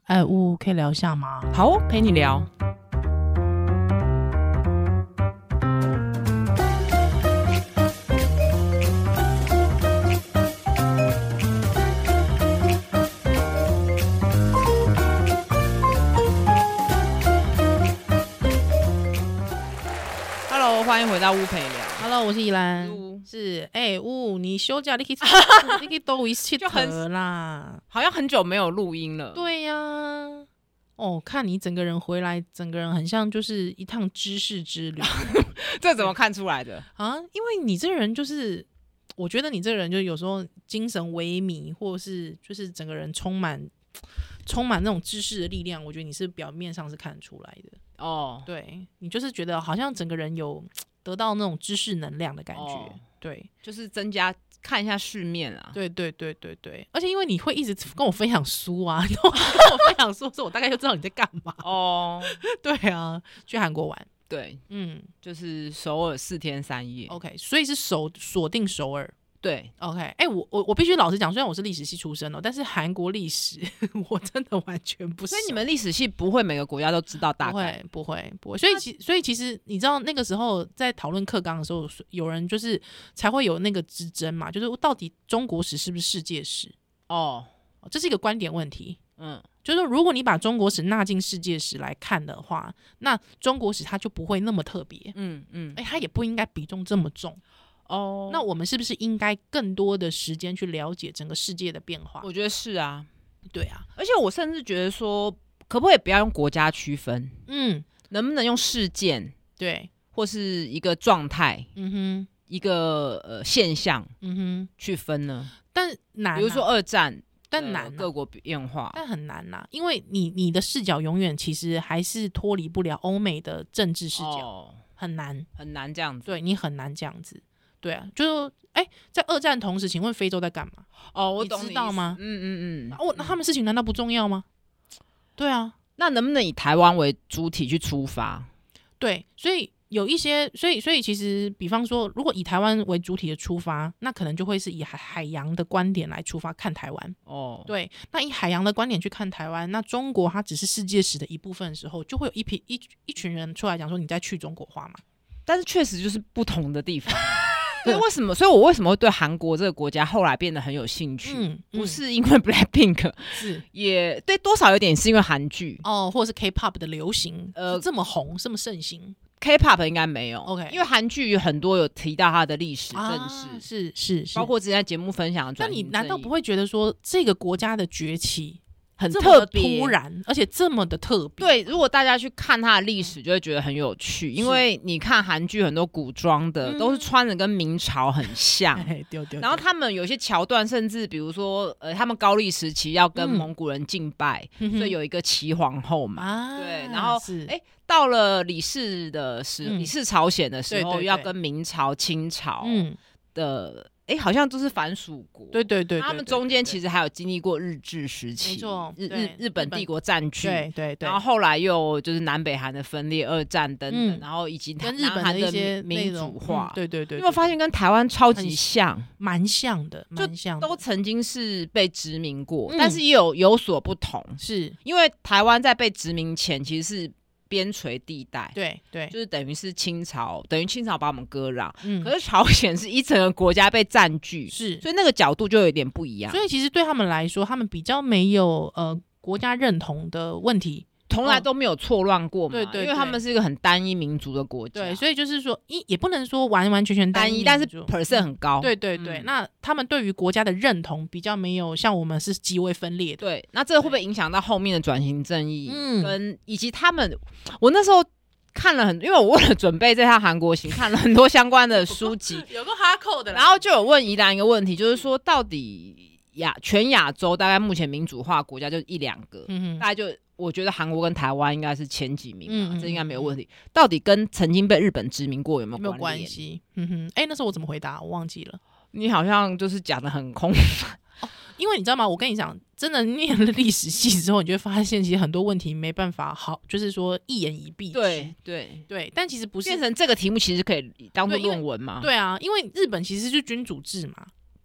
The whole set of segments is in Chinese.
可以聊一下吗？ 好哦，陪你聊。Hello， 欢迎回到屋陪聊。 Hello， 我是宜兰。是你休假你可以都一起得啦， 好像很久没有录音了。 对呀、看你整个人回来，整个人很像就是一趟知识之旅。 这怎么看出来的啊？因为你这个人就是，我觉得你这个人就有时候精神萎靡，或是就是整个人充满那种知识的力量，我觉得你是表面上是看得出来的。 哦， 对，你就是觉得好像整个人有得到那种知识能量的感觉。对， 就是增加看一下世面啊。 对，而且因为你会一直跟我分享书啊，你跟我分享书的时候，我大概就知道你在干嘛。哦，对啊，去韩国玩。 对，就是首尔4天3夜。 OK， 所以是锁定首尔。 对 ，OK， 我必须老实讲，虽然我是历史系出身但是韩国历史我真的完全不熟。 所以你们历史系不会每个国家都知道大概？ 不会。所以其实你知道那个时候在讨论课纲的时候，有人就是才会有那个之争嘛，就是到底中国史是不是世界史？这是一个观点问题。就是如果你把中国史纳进世界史来看的话，那中国史它就不会那么特别。它也不应该比重这么重。那我们是不是应该更多的时间去了解整个世界的变化？ 我觉得是啊。 对啊， 而且我甚至觉得说，可不可以不要用国家区分？能不能用事件？ 对， 或是一个状态，一个现象，去分呢？ 但难， 比如说2战， 但难各国变化， 但很难呐，因为你的视角永远其实还是脱离不了欧美的政治视角，很难这样子。 对，你很难这样子。对啊，就是在2战同时，请问非洲在干嘛？ 我懂你知道吗？那他们事情难道不重要吗？对啊， 那能不能以台湾为主体去出发？ 对，所以有一些，所以其实，比方说，如果以台湾为主体的出发，那可能就会是以海洋的观点来出发看台湾。对，那以海洋的观点去看台湾，那中国它只是世界史的一部分的时候，就会有一群人出来讲说你在去中国化嘛。 但是确实就是不同的地方。为什么？所以我为什么会对韩国这个国家后来变得很有兴趣？不是因为 Blackpink， 是也对，多少有点是因为韩剧或者是 K-pop 的流行，这么红，这么盛行。 K-pop 应该没有 ，OK， 因为韩剧很多有提到它的历史正史， 是， 包括之前在节目分享的转型正义。 那你难道不会觉得说这个国家的崛起很特别， 突然，而且这么的特别？ 对，如果大家去看它的历史，就会觉得很有趣。因为你看韩剧很多古装的，都是穿的跟明朝很像，然后他们有些桥段，甚至比如说，他们高丽时期要跟蒙古人敬拜，所以有一个齐皇后嘛，对，然后到了李氏朝鲜的时候，又要跟明朝、清朝的。好像都是藩属国， 对， 他们中间其实还有经历过日治时期， 没错， 日本帝国占据， 对， 然后后来又就是南北韩的分裂、2战等等，然后以及跟日本的一些民主化， 对， 有没有发现跟台湾超级像， 蛮像的， 都曾经是被殖民过，但是也有所不同， 是因为台湾在被殖民前其实是边陲地带， 对， 就是等于是清朝把我们割让，可是朝鲜是一整个国家被占据， 是， 所以那个角度就有点不一样。 所以其实对他们来说，他们比较没有国家认同的问题， 从来都没有错乱过嘛， 对， 因为他们是一个很单一民族的国家， 对，所以就是说也不能说完全单一， 但是 percent 很高， 对，那他们对于国家的认同比较没有像我们是极为分裂的， 对，那这个会不会影响到后面的转型正义？以及他们，我那时候看了因为我为了准备这趟韩国行，看了很多相关的书籍， 有个哈扣的啦， 然后就有问宜兰一个问题，就是说到底全亚洲大概目前民主化国家就1-2个，大概就我觉得韩国跟台湾应该是前几名嘛，这应该没有问题。到底跟曾经被日本殖民过有没有关系？ 那时候我怎么回答我忘记了。 你好像就是讲得很空因为你知道吗？我跟你讲，真的念了历史系之后，你就会发现，其实很多问题没办法好，就是说一言以蔽之。对，但其实不是变成这个题目，其实可以当做论文嘛？ 对啊，因为日本其实是君主制嘛。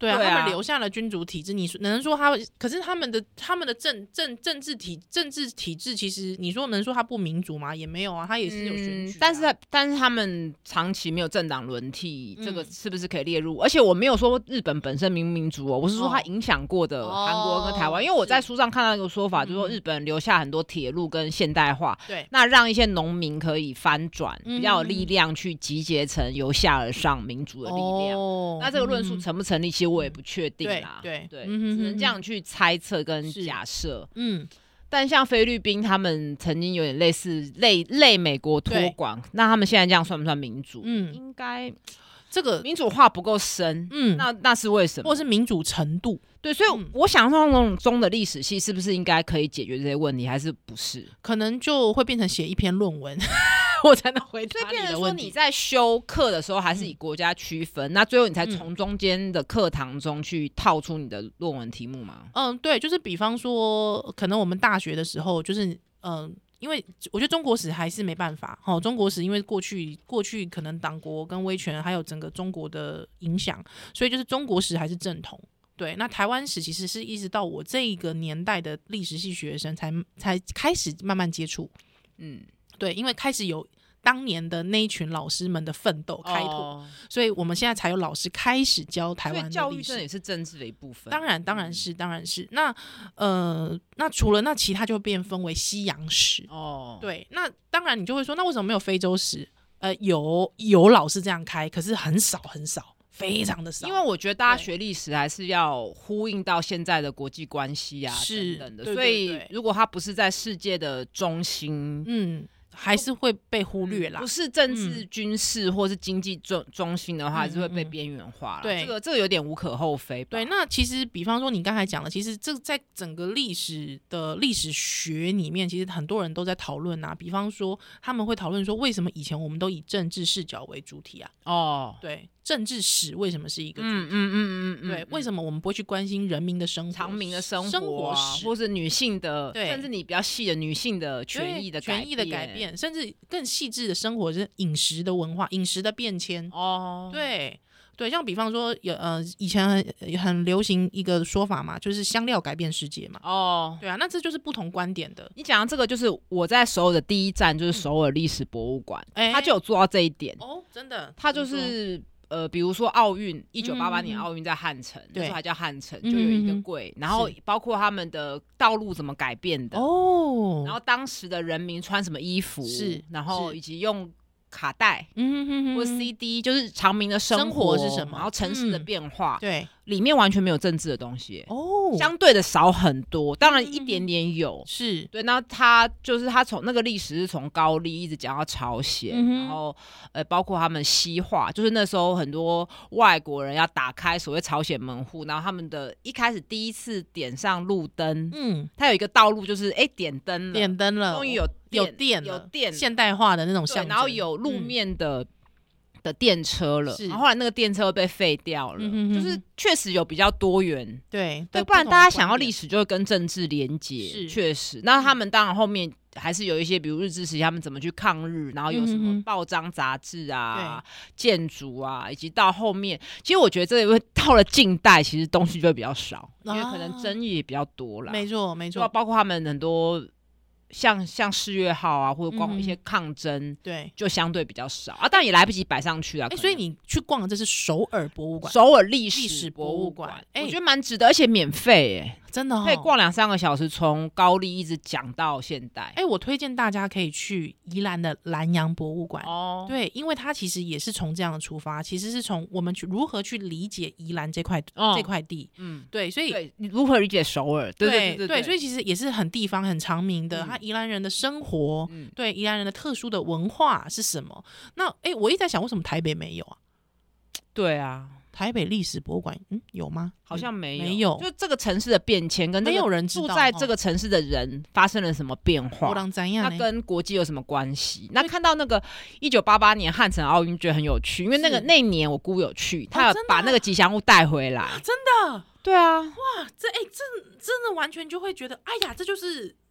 对啊，他们留下了君主体制，你能说他？可是他们的政治体制，其实你说能说他不民主吗？也没有啊，他也是有选举、 但是他们长期没有政党轮替，这个是不是可以列入？而且我没有说日本本身民主哦，我是说他影响过的韩国跟台湾，因为我在书上看到一个说法，就是说日本留下很多铁路跟现代化， 对， 那让一些农民可以翻转，比较有力量去集结成由下而上民主的力量。那这个论述成不成立？其实我也不确定啦，对，只能这样去猜测跟假设。但像菲律宾，他们曾经有点类似类美国托管，那他们现在这样算不算民主？应该这个民主化不够深，那是为什么？ 或是民主程度？ 对，所以我想象中的历史系是不是应该可以解决这些问题，还是不是？ 可能就会变成写一篇论文。我才能回答你的问题。所以变成说你在修课的时候还是以国家区分，那最后你才从中间的课堂中去套出你的论文题目吗？ 对，就是比方说可能我们大学的时候就是因为我觉得中国史还是没办法中国史因为过去可能党国跟威权还有整个中国的影响，所以就是中国史还是正统。对，那台湾史其实是一直到我这一个年代的历史系学生才开始慢慢接触。对，因为开始有当年的那一群老师们的奋斗开拓，所以我们现在才有老师开始教台湾的历史。 所以教育真的也是政治的一部分。 当然是。那除了那其他就会分为西洋史。对，那当然你就会说，那为什么没有非洲史？有老师这样开，可是很少。非常的少， 因为我觉得大家学历史还是要呼应到现在的国际关系啊等等的，所以如果它不是在世界的中心， 还是会被忽略啦。 不是政治、军事或是经济中心的话，还是会被边缘化啦。对，这个有点无可厚非吧。 对，那其实比方说你刚才讲的，其实这在整个历史学里面，其实很多人都在讨论啊。比方说他们会讨论说，为什么以前我们都以政治视角为主体啊？对。政治史为什么是一个主题？对，为什么我们不会去关心人民的生活、 常民的生活史，或是女性的，甚至你比较细的女性的权益的改变， 甚至更细致的生活是饮食的文化、饮食的变迁。对，像比方说以前很流行一个说法嘛，就是香料改变世界嘛。对啊，那这就是不同观点的。 你讲的这个就是我在首尔的第一站就是首尔历史博物馆，他就有做到这一点。 真的， 他就是比如说奥运，1988年奥运在汉城，那时候还叫汉城，就有一个柜，然后包括他们的道路怎么改变的，然后当时的人民穿什么衣服，然后以及用卡带，或 CD， 就是常民的生活是什么，然后城市的变化，对，里面完全没有政治的东西，相对的少很多，当然一点点有，是对。那他从那个历史是从高丽一直讲到朝鲜，然后包括他们西化，就是那时候很多外国人要打开所谓朝鲜门户，然后他们的一开始第一次点上路灯，它有一个道路就是点灯了，终于有电， 现代化的那种象征， 然后有路面的电车了，然后后来那个电车被废掉了，就是确实有比较多元，对，不然大家想要历史就会跟政治连结，确实。那他们当然后面还是有一些，比如日治时期他们怎么去抗日，然后有什么报章杂志啊、建筑啊，以及到后面，其实我觉得这个到了近代，其实东西就会比较少，因为可能争议也比较多啦。 没错， 包括他们很多。像世越号啊，或者光一些抗争，对，就相对比较少啊，但也来不及摆上去啊。 所以你去逛的这是首尔博物馆， 首尔历史博物馆，我觉得蛮值得，而且免费，真的可以逛2-3个小时，从高丽一直讲到现代。 我推荐大家可以去宜兰的兰阳博物馆对，因为它其实也是从这样的出发，其实是从我们如何去理解宜兰这块地，对，所以你如何理解首尔，对， 所以其实也是很地方很常民的，它宜兰人的生活，对，宜兰人的特殊的文化是什么？那我一直在想，为什么台北没有啊？ 对啊， 台北历史博物馆，有吗？ 好像没有，就这个城市的变迁跟没有人知道住在这个城市的人发生了什么变化，那跟国际有什么关系？那看到那个1988年汉城奥运，觉得很有趣，因为那年我姑有去，她有把那个吉祥物带回来， 真的， 对啊， 哇，这真的完全就会觉得，哎呀，这就是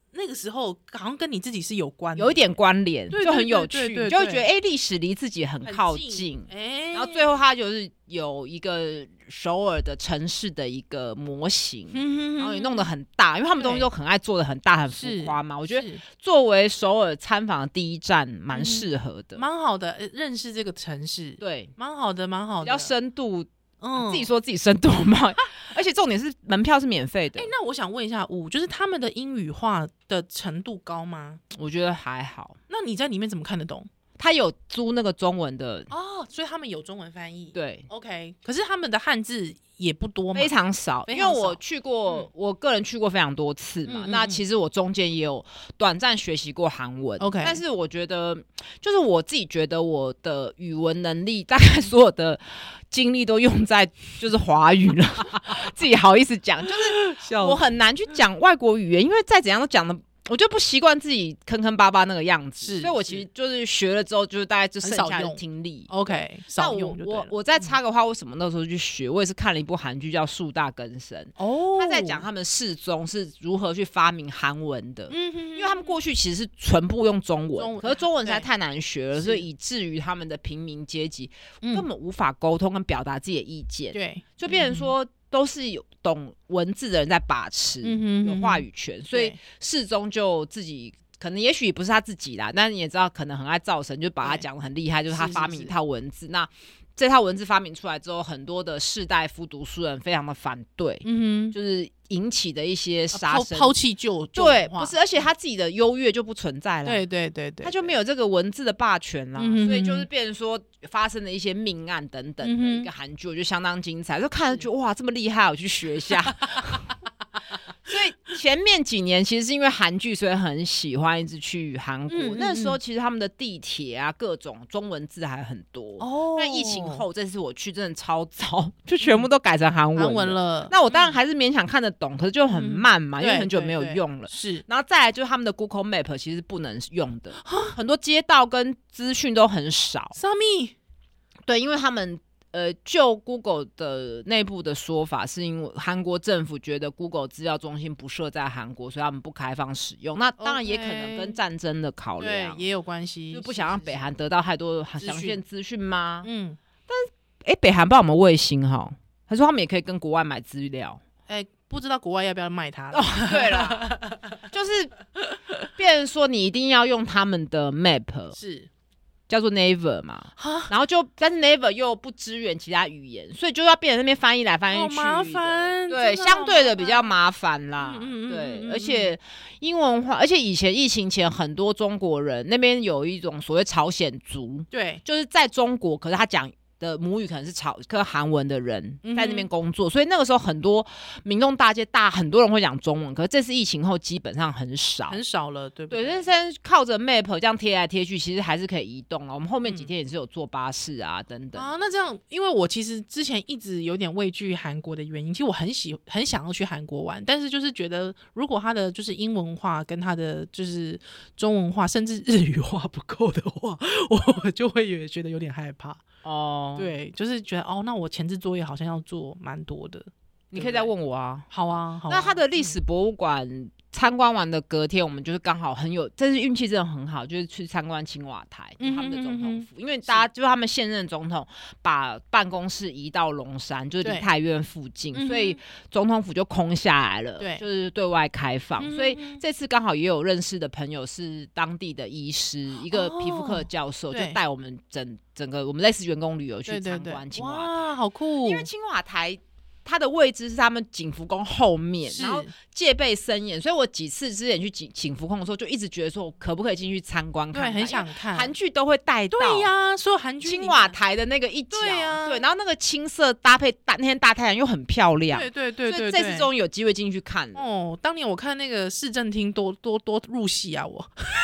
那个时候好像跟你自己是有关的， 有一点关联，就很有趣，就会觉得历史离自己很靠近，然后最后他就是有一个首尔的城市的一个模型，然后也弄得很大，因为他们东西都很爱做的很大很浮夸嘛。我觉得作为首尔参访的第一站，蛮适合的， 蛮好的，认识这个城市， 对， 蛮好的，蛮好的， 比较深度。自己说自己深度嘛，而且重点是门票是免费的。 那我想问一下就是他们的英语化的程度高吗？ 我觉得还好。 那你在里面怎么看得懂？ 他有租那个中文的所以他们有中文翻译。 对 ，OK。可是他们的汉字也不多嘛， 非常少。因为我去过，我个人去过非常多次嘛。那其实我中间也有短暂学习过韩文。 OK。 但是我觉得，就是我自己觉得我的语文能力，大概所有的精力都用在就是华语了。自己好意思讲，就是我很难去讲外国语言，因为再怎样都讲的。我就不习惯自己坑坑巴巴那个样子，所以我其实就是学了之后，就是大概就剩下的听力。 OK， 少用就对了。 我再插个话，为什么那时候去学？我也是看了一部韩剧叫《树大根深》，他在讲他们世宗是如何去发明韩文的。因为他们过去其实是全部用中文，可是中文实在太难学了，所以以至于他们的平民阶级根本无法沟通跟表达自己的意见。 对， 就变成说。都是有懂文字的人在把持，有话语权，所以世宗就自己可能也许不是他自己啦，但是你也知道可能很爱造神，就把他讲得很厉害，就是他发明一套文字。那这套文字发明出来之后，很多的士大夫读书人非常的反对，就是引起的一些杀生， 抛弃旧对，不是，而且他自己的优越就不存在了， 对， 他就没有这个文字的霸权啦，所以就是变成说发生了一些命案等等的一个韩剧，我觉得相当精彩，就看了觉得哇这么厉害，我去学一下。所以前面几年其实是因为韩剧，所以很喜欢一直去韩国。那时候其实他们的地铁啊，各种中文字还很多。那疫情后这次我去真的超糟，就全部都改成韩文了。那我当然还是勉强看得懂，可是就很慢嘛，因为很久没有用了。 是， 然后再来就是他们的 Google Map 其实不能用的，很多街道跟资讯都很少。 什么？ 对，因为他们。就 Google 的内部的说法，是因为韩国政府觉得 Google 资料中心不设在韩国，所以他们不开放使用。那当然也可能跟战争的考量， 对，也有关系， 就不想让北韩得到太多详细资讯吗？但是北韩不知道有没有卫星哈？他说他们也可以跟国外买资料。 不知道国外要不要卖它对了，就是变成说你一定要用他们的 map 是。 叫做 Naver 嘛，然后但是 Naver 又不支援其他语言，所以就要变成那边翻译来翻译去， 好麻烦， 对，相对的比较麻烦啦，对，而且英文化，而且以前疫情前很多中国人那边有一种所谓朝鲜族， 对， 就是在中国，可是他讲的母语可能是韩文的人在那边工作，所以那个时候很多民众大街很多人会讲中文，可是这次疫情后基本上很少了，对不对？对，但是靠着 map 这样贴来贴去，其实还是可以移动了。我们后面几天也是有坐巴士啊等等那这样，因为我其实之前一直有点畏惧韩国的原因，其实我很想要去韩国玩，但是就是觉得如果它的就是英文化跟它的就是中文化甚至日语化不够的话，我就会觉得有点害怕。对，就是觉得那我前置作业好像要做蛮多的。 你可以再问我啊。 好啊。 那他的历史博物馆参观完的隔天，我们就是刚好这次运气真的很好，就是去参观青瓦台，就是他们的总统府。因为大家就是他们现任总统把办公室移到龙山，就是梨泰院附近，所以总统府就空下来了，就是对外开放。所以这次刚好也有认识的朋友是当地的医师，一个皮肤科的教授，就带我们整个我们类似员工旅游去参观青瓦台。 哇，好酷！ 因为青瓦台它的位置是他们景福宫后面，然后戒备森严，所以我几次之前去景福宫的时候，就一直觉得说我可不可以进去参观看看， 对，很想看。 韩剧都会带到， 对呀，所有韩剧青瓦台的那个一角，对，然后那个青色搭配那天大太阳又很漂亮， 对， 所以这次终于有机会进去看了。 当年我看那个市政厅多入戏啊，就是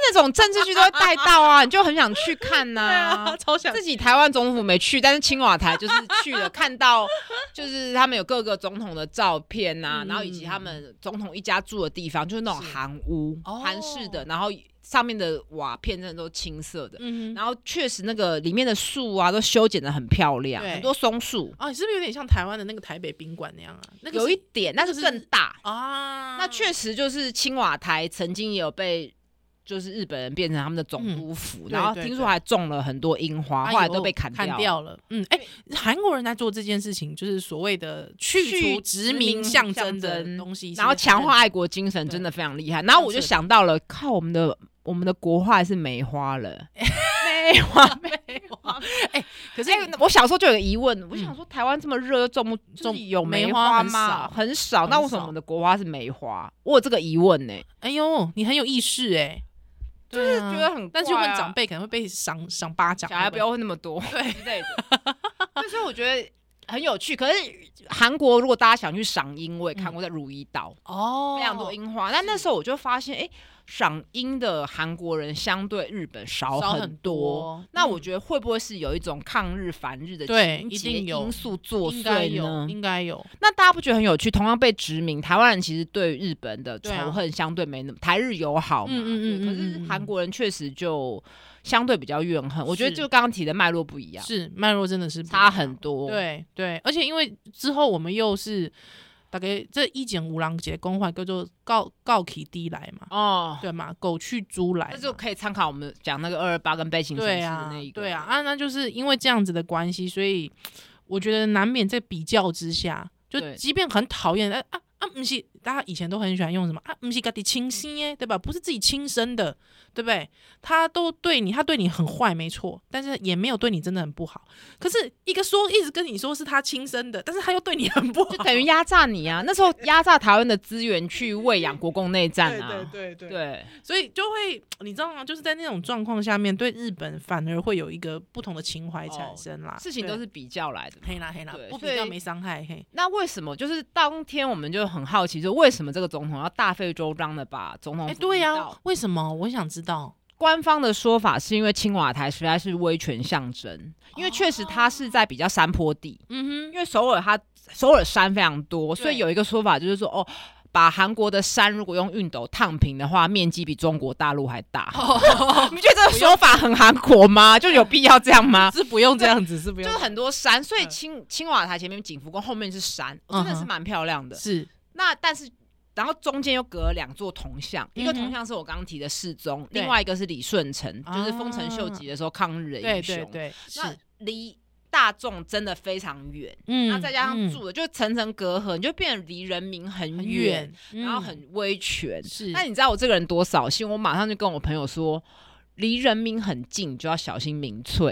那种政治剧都会带到啊，你就很想去看呐、 啊，超想自己台湾总统府没去，但是青瓦台就是去了，看到就是他们有各个总统的照片啊，然后以及他们总统一家住的地方，就是那种韩屋，韩式的，然后上面的瓦片真的都青色的，然后确实那个里面的树啊都修剪得很漂亮，很多松树啊，是不是有点像台湾的那个台北宾馆那样啊？那个有一点，但是更大啊。 那确实就是青瓦台曾经也有被就是日本人变成他们的总督府，然后听说还种了很多樱花，后来都被砍掉了。 韩国人在做这件事情，就是所谓的去除殖民象征的东西， 然后强化爱国精神，真的非常厉害。然后我就想到了，靠我们的国画是梅花了，梅花。可是我小时候就有个疑问，我想说台湾这么热，种有梅花吗？很少。那为什么我们的国花是梅花？我有这个疑问呢。 哎呦，你很有意识哎。 就是觉得很怪啊， 但是问长辈可能会被赏巴掌， 小孩不要问那么多， 对之类的。所以我觉得很有趣。可是韩国如果大家想去赏樱，我也看过在汝矣岛非常多樱花。但那时候我就发现，赏樱的韩国人相对日本少很多。那我觉得会不会是有一种抗日反日的情节因素作祟呢？ 应该有。 那大家不觉得很有趣？同样被殖民，台湾人其实对日本的仇恨相对没那么台日友好嘛。可是韩国人确实就相对比较怨恨。我觉得就刚刚提的脉络不一样， 是脉络真的是差很多。 对，而且因为之后我们又是。大概这一剪五郎节公话叫做告起低来嘛，对嘛，狗去猪来， 那就可以参考我们讲那个228跟悲情城市的那一个， 对啊，那就是因为这样子的关系，所以我觉得难免在比较之下，就即便很讨厌不是大家以前都很喜欢用什么不是自己亲生耶，对吧？不是自己亲生的，对不对？他对你很坏，没错，但是也没有对你真的很不好。可是一直跟你说是他亲生的，但是他又对你很不好， 就等于压榨你啊！那时候压榨台湾的资源去喂养国共内战啊， 对，所以就会你知道吗？就是在那种状况下面，对日本反而会有一个不同的情怀产生啦。 事情都是比较来的， 黑啦，不比较没伤害。 那为什么就是当天我们就很好奇，就为什么这个总统要大费周章的把总统对呀，为什么？我想知道。 官方的说法是因为青瓦台实在是威权象征，因为确实它是在比较山坡地，因为首尔山非常多，所以有一个说法就是说把韩国的山如果用熨斗烫平的话，面积比中国大陆还大。你不觉得这个说法很韩国吗？就有必要这样吗？ 是不用这样子，是不用， 就是很多山，所以青瓦台前面景福宫后面是山，真的是蛮漂亮的。 是， 那但是。然后中间又隔了2座铜像，一个铜像是我刚刚提的世宗，另外一个是李舜臣，就是丰臣秀吉的时候抗日的英雄。 对， 那离大众真的非常远，那再加上住的就层层隔阂，你就变得离人民很远，然后很威权。那你知道我这个人多扫兴？我马上就跟我朋友说，离人民很近就要小心民粹。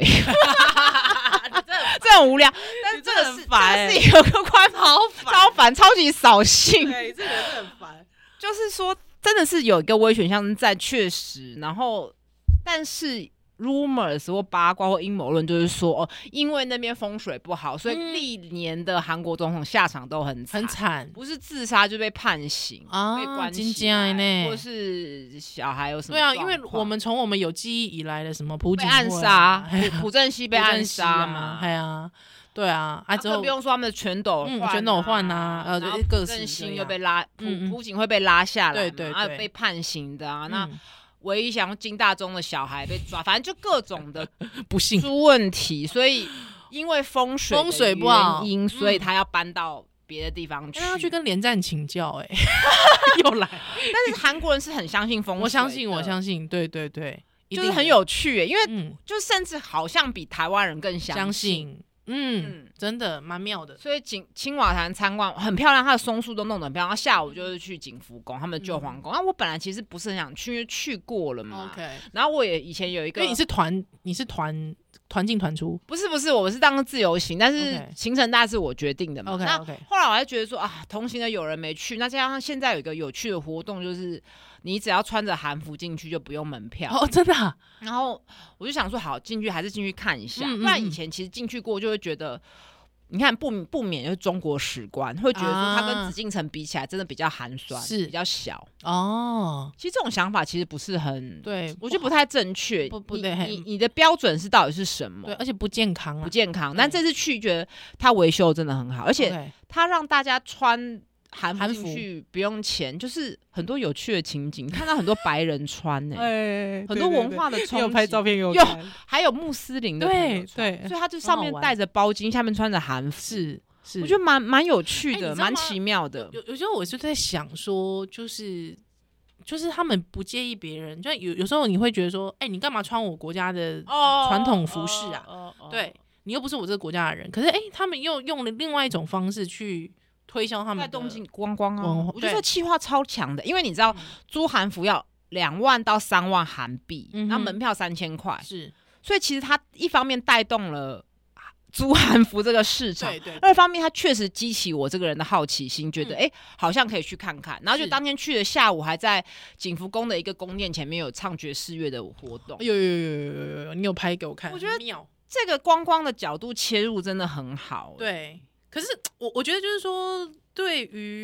这很无聊，但是这个是有个官超烦，超级扫兴。 对，这个是很烦。 就是说，真的是有一个威权象征在，确实，然后，但是 rumors 或八卦或阴谋论就是说，因为那边风水不好，所以历年的韩国总统下场都很惨，不是自杀就被判刑，被关起来，或是小孩有什么对啊，因为从我们有记忆以来的什么朴槿惠暗杀，朴正熙被暗杀嘛， 对啊， 之后不用说他们的全斗焕啊， 朴正熙又被拉，朴槿惠被拉下来，对，被判刑的啊，那。唯一想要金大中的小孩被抓，反正就各种的不幸出问题，所以因为风水不好原因，所以他要搬到别的地方去。 他要去跟连战请教，又来。 但是韩国人是很相信风水的， 我相信，对， 就是很有趣，因为就甚至好像比台湾人更相信。 真的蛮妙的。 所以青瓦台参观很漂亮，它的松树都弄得很漂亮。然后下午就是去景福宫，他们的旧皇宫。那我本来其实不是很想去，因为去过了嘛。然后我也以前有一个， 因为你是团进团出？ 不是，我是当自由行，但是行程大概是我决定的嘛。那后来我还觉得说同行的有人没去，那加上现在有一个有趣的活动，就是你只要穿着韩服进去就不用门票。 真的啊？ 然后我就想说，好，进去还是进去看一下，不然以前其实进去过就会觉得你看不免就是中国史观会觉得说它跟紫禁城比起来真的比较寒酸，是比较小哦。其实这种想法其实不是很对，我觉得不太正确。不对，你的标准是到底是什么？ 对，而且不健康啊， 不健康。但这次去觉得它维修真的很好，而且它让大家穿韩服进去不用钱，就是很多有趣的情景，看到很多白人穿很多文化的冲击， 有拍照片有看， 还有穆斯林的朋友穿，所以他就上面戴着包巾，下面穿着韩服，是，我觉得蛮有趣的，蛮奇妙的。 有时候我就在想说，就是他们不介意别人，就有时候你会觉得说，你干嘛穿我国家的传统服饰啊？对你又不是我这个国家的人，可是他们又用了另外一种方式去推销他们的东京观光啊，我觉得这企划超强的，因为你知道租韩服要2万到3万韩币，然后门票3000块，是，所以其实它一方面带动了租韩服这个市场，二方面它确实激起我这个人的好奇心，觉得好像可以去看看，然后就当天去的下午还在景福宫的一个宫殿前面有唱爵士乐的活动， 有，你有拍给我看， 我觉得这个观光的角度切入真的很好， 对。可是我觉得就是说，对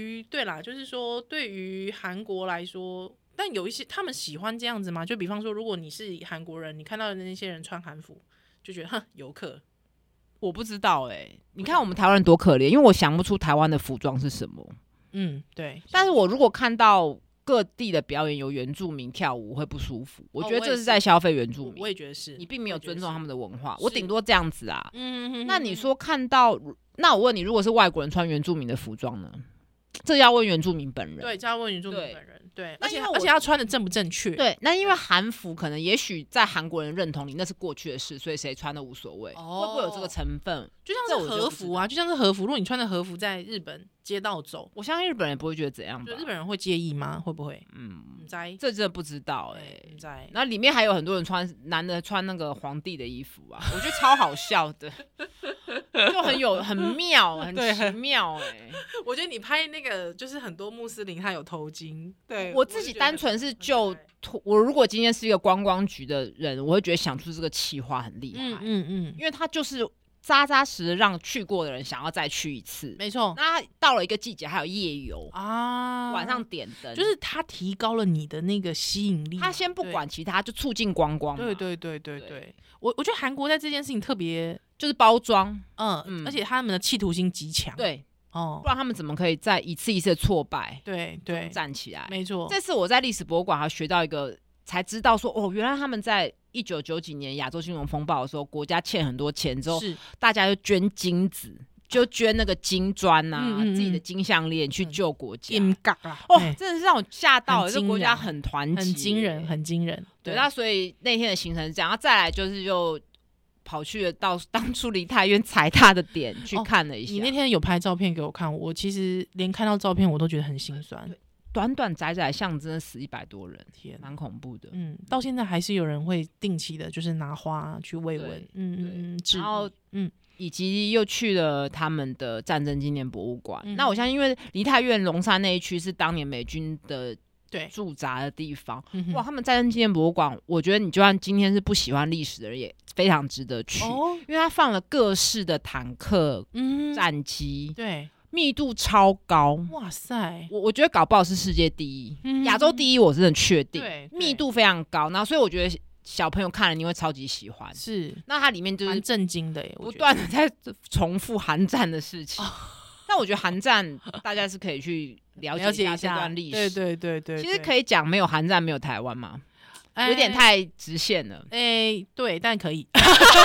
于韩国来说，但有一些他们喜欢这样子吗？就比方说，如果你是韩国人，你看到的那些人穿韩服，就觉得游客。 我不知道你看我们台湾人多可怜，因为我想不出台湾的服装是什么。 对。 但是我如果看到各地的表演有原住民跳舞会不舒服，我觉得这是在消费原住民， 我也觉得是， 你并没有尊重他们的文化，我顶多这样子啊。那你说看到，那我问你，如果是外国人穿原住民的服装呢？这要问原住民本人。 对，这要问原住民本人。对，而且他穿的正不正确？ 对，那因为韩服可能也许在韩国人认同里那是过去的事，所以谁穿都无所谓。会不会有这个成分？ 就像是和服啊，如果你穿的和服在日本街道走， 我相信日本人也不会觉得怎样吧？ 日本人会介意吗？会不会？ 这真的不知道然后里面还有很多人男的穿那个皇帝的衣服啊，我觉得超好笑的，就很妙，很奇妙我觉得你拍那个就是很多穆斯林他有头巾，对我自己单纯是我如果今天是一个观光局的人，我会觉得想出这个企划很厉害，因为他就是扎扎实实让去过的人想要再去一次， 没错。 那到了一个季节还有夜游啊，晚上点灯， 就是他提高了你的那个吸引力。 他先不管其他，就促进观光嘛。 对。我觉得韩国在这件事情特别就是包装， 而且他们的企图心极强。 对。不然他们怎么可以再一次一次的挫败？ 对， 站起来， 没错。 这次我在历史博物馆还学到一个，才知道说原来他们在1990几年亚洲金融风暴的时候，国家欠很多钱之后，大家就捐金子，就捐那个金砖啊，自己的金项链去救国家。真的是让我吓到，这国家很团结， 很惊人。 对，那所以那天的行程是这样，再来就跑去了到当初梨泰院踩踏的点去看了一下。 你那天有拍照片给我看，我其实连看到照片我都觉得很心酸。 短短窄窄巷子真的死100多人，天，蛮恐怖的。 到现在还是有人会定期的，就是拿花去慰问。 然后以及又去了他们的战争纪念博物馆。那我相信，因为梨泰院龙山那一区是当年美军的驻扎的地方，哇！他们战争纪念博物馆，我觉得你就算今天是不喜欢历史的人，也非常值得去，因为它放了各式的坦克、战机， 对， 密度超高， 哇塞！ 我觉得搞不好是世界第一，亚洲第一，我真的确定，密度非常高。然后，所以我觉得小朋友看了你会超级喜欢。 是， 那它里面就是蛮震惊的耶， 不断的在重复韩战的事情。但我觉得韩战大家是可以去了解一下这段历史。 对。 其实可以讲没有韩战没有台湾吗？有点太直线了。 对，但可以。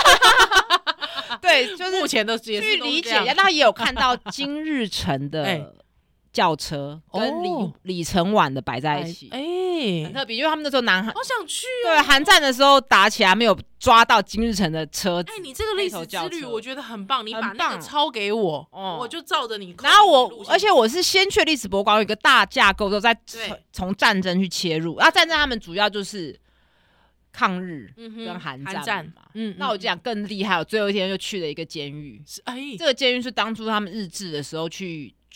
对，就是目前的去理解一下。那也有看到金日成的轿车跟李承晚的摆在一起，很特别，因为他们那时候南韩好想去对韩战的时候打起来没有抓到金日成的车子。 你这个历史之旅我觉得很棒，你把那个抄给我，我就照着你。 然后而且我是先去历史博物馆有一个大架构，之后再从战争去切入。战争他们主要就是抗日跟韩战嘛。那我讲更厉害，我最后一天就去了一个监狱。这个监狱是当初他们日治的时候去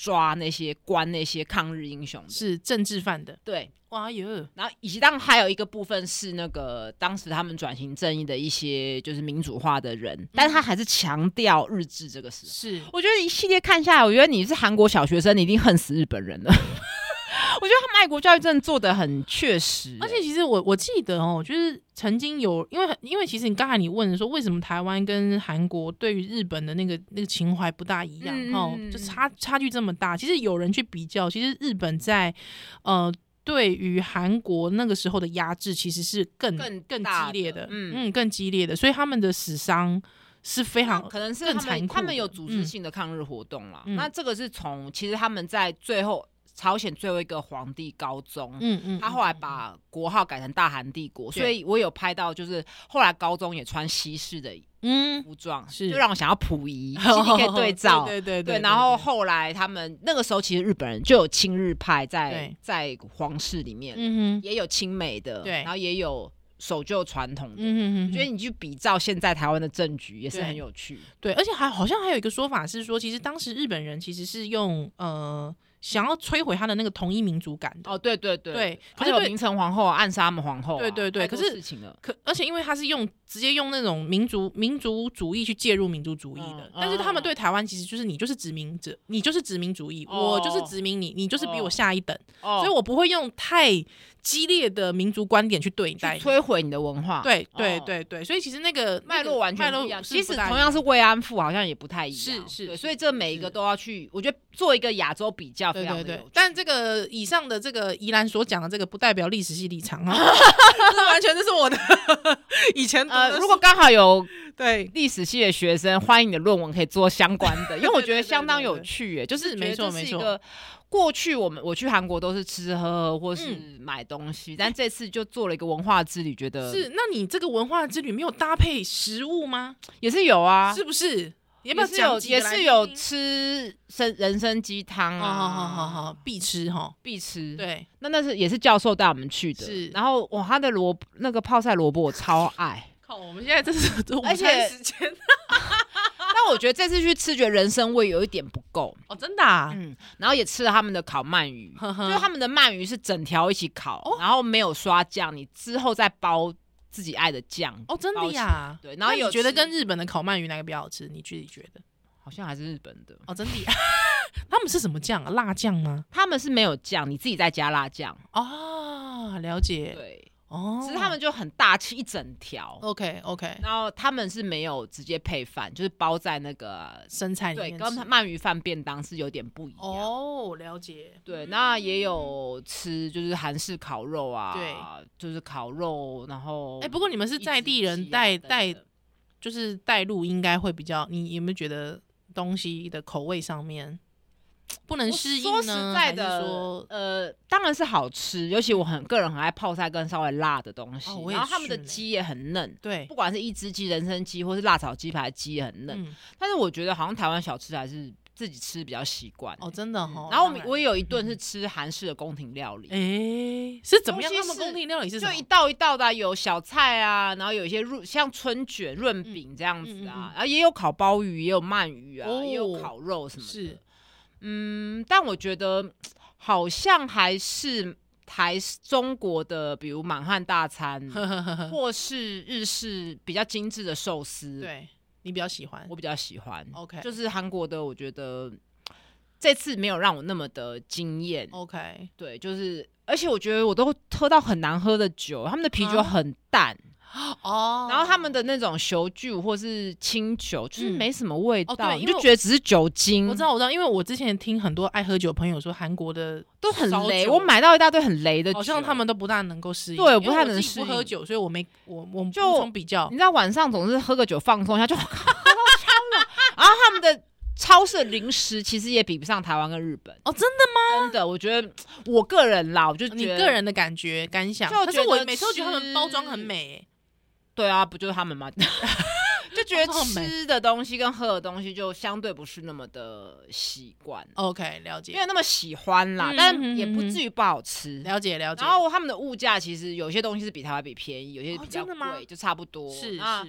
抓那些关那些抗日英雄的， 是政治犯的， 对。 哇哟， 然后以及当然还有一个部分是那个当时他们转型正义的一些就是民主化的人，但是他还是强调日治这个事。 是， 我觉得一系列看下来，我觉得你是韩国小学生，你一定恨死日本人了。我觉得他们爱国教育真的做得很确实， 而且其实我记得就是曾经有，因为其实你刚才你问说为什么台湾跟韩国对于日本的那个情怀不大一样，就差距这么大。其实有人去比较，其实日本在对于韩国那个时候的压制其实是更激烈的，更激烈的，所以他们的死伤是非常可能是更残酷的， 他们有组织性的抗日活动啦。那这个是从其实他们在最后朝鲜最后一个皇帝高宗，他后来把国号改成大韩帝国，所以我有拍到就是后来高宗也穿西式的服装，就让我想要溥仪，心里可以对照，对。然后后来他们那个时候其实日本人就有亲日派在皇室里面，也有亲美的，然后也有守旧传统的，我觉得你去比照现在台湾的政局也是很有趣。 对，而且好像还有一个说法是说，其实当时日本人其实是用想要摧毁他的那个统一民族感的。 对，可是有明成皇后暗杀他们皇后， 对，可是而且因为他是直接用那种民族主义去介入民族主义的，但是他们对台湾其实就是你就是殖民者，你就是殖民主义，我就是殖民你，你就是比我下一等，所以我不会用太激烈的民族观点去对待你，摧毁你的文化。 对，所以其实那个脉络完全不一样。即使同样是慰安妇，好像也不太一样。 是， 所以这每一个都要去，我觉得做一个亚洲比较非常的有趣。 但这个以上的这个宜兰所讲的这个不代表历史系立场啊，这完全是我的以前如果刚好有对历史系的学生，欢迎你的论文可以做相关的，因为我觉得相当有趣耶，就是没错。 过去我去韩国都是吃喝或是买东西，但这次就做了一个文化之旅，觉得是。那你这个文化之旅没有搭配食物吗？ 也是有啊， 是不是？也是有吃人参鸡汤啊， 好，必吃。对， 那是也是教授带我们去的。是，然后他的那个泡菜萝卜我超爱。 靠，我们现在这是午餐时间。 但我觉得这次去吃，觉得人参味有一点不够哦，真的啊。 然后也吃了他们的烤鳗鱼，就是他们的鳗鱼是整条一起烤，然后没有刷酱，你之后再包自己爱的酱。 哦，真的呀。 对，然后你觉得跟日本的烤鳗鱼哪个比较好吃？你自己觉得？ 好像还是日本的。 哦，真的呀。他们是什么酱啊？辣酱吗？ 他们是没有酱，你自己再加辣酱。 哦，了解。 对。其实他们就很大气，一整条。 OK， 然后他们是没有直接配饭，就是包在那个生菜里面。 对，跟鳗鱼饭便当是有点不一样。 哦，了解。 对，那也有吃就是韩式烤肉啊， 对， 就是烤肉，然后不过你们是在地人就是带路，应该会比较。你有没有觉得东西的口味上面？不能适应呢？ 说实在的，当然是好吃，尤其我个人很爱泡菜跟稍微辣的东西。然后他们的鸡也很嫩， 对， 不管是一只鸡、人参鸡或是辣炒鸡排，鸡也很嫩。但是我觉得好像台湾小吃还是自己吃比较习惯。 哦，真的哦。 然后我也有一顿是吃韩式的宫廷料理。 是怎么样？他们宫廷料理是什么？ 就一道一道的，有小菜啊，然后有一些像春卷、润饼这样子啊，然后也有烤鲍鱼，也有鳗鱼啊，也有烤肉什么的。是。但我觉得好像还是中国的，比如满汉大餐，或是日式比较精致的寿司。 对，你比较喜欢？ 我比较喜欢。 OK， 就是韩国的，我觉得这次没有让我那么的惊艳。 OK， 对，就是而且我觉得我都喝到很难喝的酒，他们的啤酒很淡。然后他们的那种酒酒或是清酒就是没什么味道，你就觉得只是酒精。 我知道，因为我之前听很多爱喝酒的朋友说，韩国的都很雷，我买到一大堆很雷的酒， 好像他们都不大能够适应。 对，我不太能适应。 不喝酒，所以我无从比较。 你知道晚上总是喝个酒放松一下，就喝到超了。然后他们的超市的零食其实也比不上台湾跟日本。 哦，真的吗？ 真的，我觉得我个人啦，我就觉得你个人的感想。可是我每次都觉得他们包装很美。 对啊，不就是他们吗？就觉得吃的东西跟喝的东西就相对不是那么的习惯。 OK， 了解， 没有那么喜欢啦，但也不至于不好吃。 了解。然后他们的物价其实有些东西是比台湾比便宜，有些比较贵，就差不多。 是。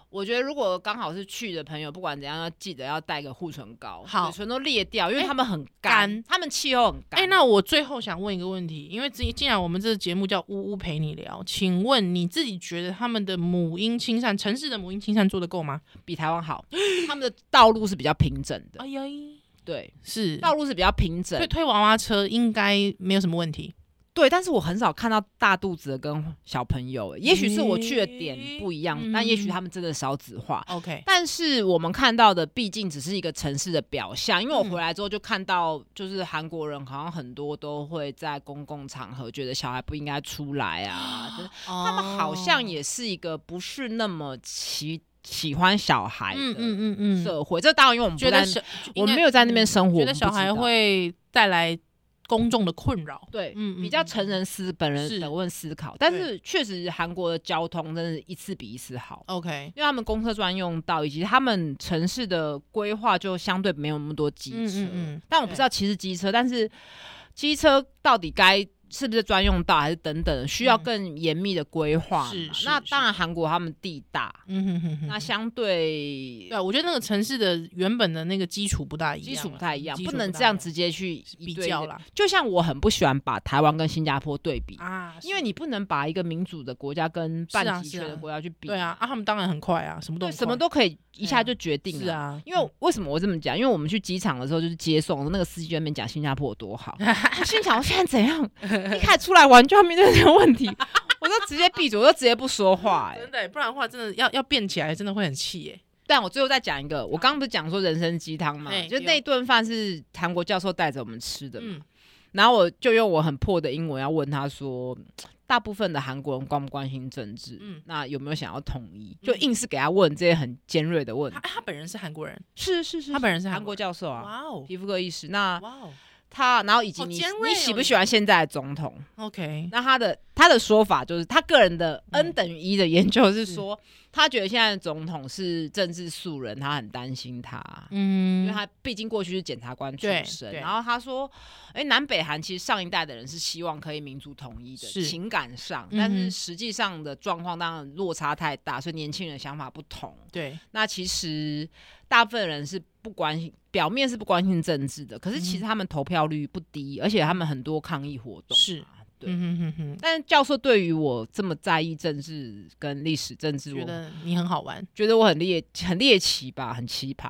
我觉得如果刚好是去的朋友，不管怎样，要记得要带个护唇膏， 好， 嘴唇都裂掉，因为他们很干，他们气候很干。 那我最后想问一个问题，因为既然我们这个节目叫呜呜陪你聊，请问你自己觉得他们的母婴亲善，城市的母婴亲善做得够吗？ 比台湾好，他们的道路是比较平整的。 哎呀， 对， 是道路是比较平整， 推娃娃车应该没有什么问题。 对，但是我很少看到大肚子的跟小朋友，也许是我去的点不一样，但也许他们真的少子化。 OK， 但是我们看到的毕竟只是一个城市的表象，因为我回来之后就看到，就是韩国人好像很多都会在公共场合觉得小孩不应该出来啊，他们好像也是一个不是那么喜欢小孩的社会。这当然因为我们不在，我们没有在那边生活， 觉得小孩会带来公众的困扰， 对，比较成人本人的问思考，但是确实韩国的交通真的一次比一次好。 OK， 因为他们公车专用道以及他们城市的规划就相对没有那么多机车，但我不知道骑是机车，但是机车到底是不是专用道还是等等，需要更严密的规划。那当然韩国他们地大，那相对我觉得那个城市的原本的那个基础不大一样， 基础不太一样，不能这样直接去比较啦。 就像我很不喜欢把台湾跟新加坡对比啊，因为你不能把一个民主的国家跟半集权的国家去比。 对啊，他们当然很快啊，什么都可以一下就决定了。 是啊， 因为为什么我这么讲？因为我们去机场的时候就是接送，那个司机在那边讲新加坡有多好，我心想我现在怎样？一开始出来玩就要面对这个问题，我就直接闭嘴，我就直接不说话。 真的，不然的话真的要变起来，真的会很气耶。 但我最后再讲一个，我刚刚不是讲说人参鸡汤嘛，就那顿饭是韩国教授带着我们吃的嘛，然后我就用我很破的英文要问他说，大部分的韩国人关不关心政治？那有没有想要统一？就硬是给他问这些很尖锐的问题。 他本人是韩国人， 是， 他本人是韩国教授啊， 哇哦， 皮肤科医师。那哇哦。 然后以及你喜不喜欢现在的总统 ？OK， 那他的说法就是他个人的 N 等于1的研究是说，他觉得现在的总统是政治素人，他很担心他，因为他毕竟过去是检察官出身。然后他说，南北韩其实上一代的人是希望可以民族统一的，情感上，但是实际上的状况当然落差太大，所以年轻人的想法不同。 对， 那其实大部分人是不关心，表面是不关心政治的，可是其实他们投票率不低，而且他们很多抗议活动。 是，对， 但是教授对于我这么在意政治跟历史政治， 觉得你很好玩， 觉得我很猎奇吧，很奇葩。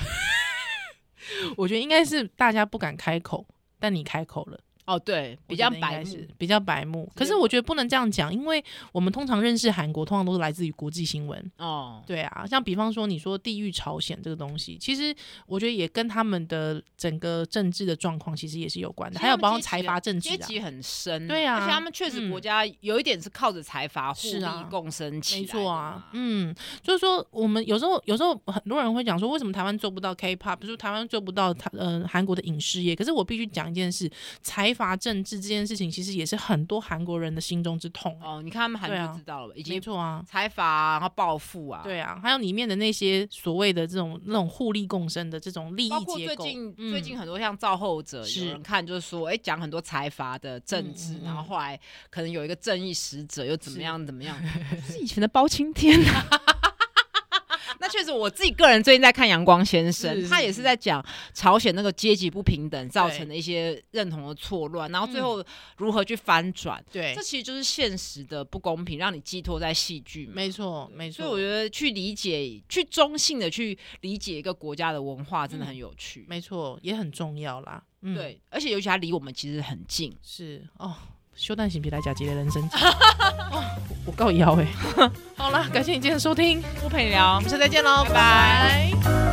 我觉得应该是大家不敢开口，但你开口了。 哦，对，比较白目， 比较白目。可是我觉得不能这样讲，因为我们通常认识韩国，通常都是来自于国际新闻。哦，对啊，像比方说你说地域朝鲜这个东西，其实我觉得也跟他们的整个政治的状况其实也是有关的，还有包括财阀政治阶级很深， 对啊， 而且他们确实国家有一点是靠着财阀互利共生起来的， 没错啊，就是说我们有时候很多人会讲说，为什么台湾做不到 K-pop， 就是台湾做不到韩国的影视业？可是我必须讲一件事，财阀政治这件事情其实也是很多韩国人的心中之痛。 哦，你看他们韩剧就知道了吧？ 没错啊， 财阀然后暴富啊， 对啊，还有里面的那些所谓的那种互利共生的这种利益结构。包括最近很多像造后者，有人看就是说，讲很多财阀的政治，然后后来可能有一个正义使者又怎么样，是以前的包青天啊。那确实，我自己个人最近在看《阳光先生》，他也是在讲朝鲜那个阶级不平等造成的一些认同的错乱，然后最后如何去翻转。对，这其实就是现实的不公平，让你寄托在戏剧嘛。 没错，没错。 所以我觉得去理解、去中性的去理解一个国家的文化，真的很有趣。 没错，也很重要啦。 对，而且尤其它离我们其实很近。 是哦。休蛋型皮来甲级的人生我告腰好了，感谢你今天的收听， 不陪你聊， 我们下次再见喽，拜拜。